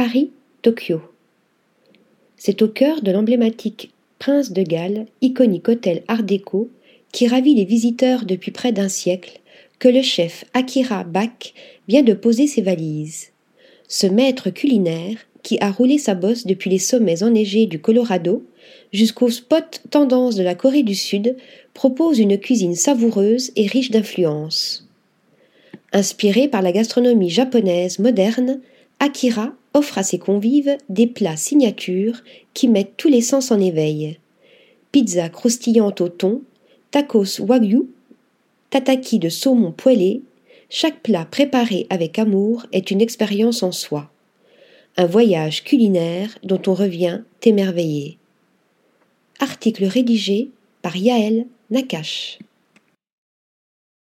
Paris, Tokyo. C'est au cœur de l'emblématique Prince de Galles, iconique hôtel art déco, qui ravit les visiteurs depuis près d'un siècle, que le chef Akira Bach vient de poser ses valises. Ce maître culinaire, qui a roulé sa bosse depuis les sommets enneigés du Colorado jusqu'aux spots tendance de la Corée du Sud, propose une cuisine savoureuse et riche d'influences. Inspiré par la gastronomie japonaise moderne, Akira offre à ses convives des plats signatures qui mettent tous les sens en éveil. Pizza croustillante au thon, tacos wagyu, tataki de saumon poêlé, chaque plat préparé avec amour est une expérience en soi. Un voyage culinaire dont on revient émerveillé. Article rédigé par Yaël Nakache.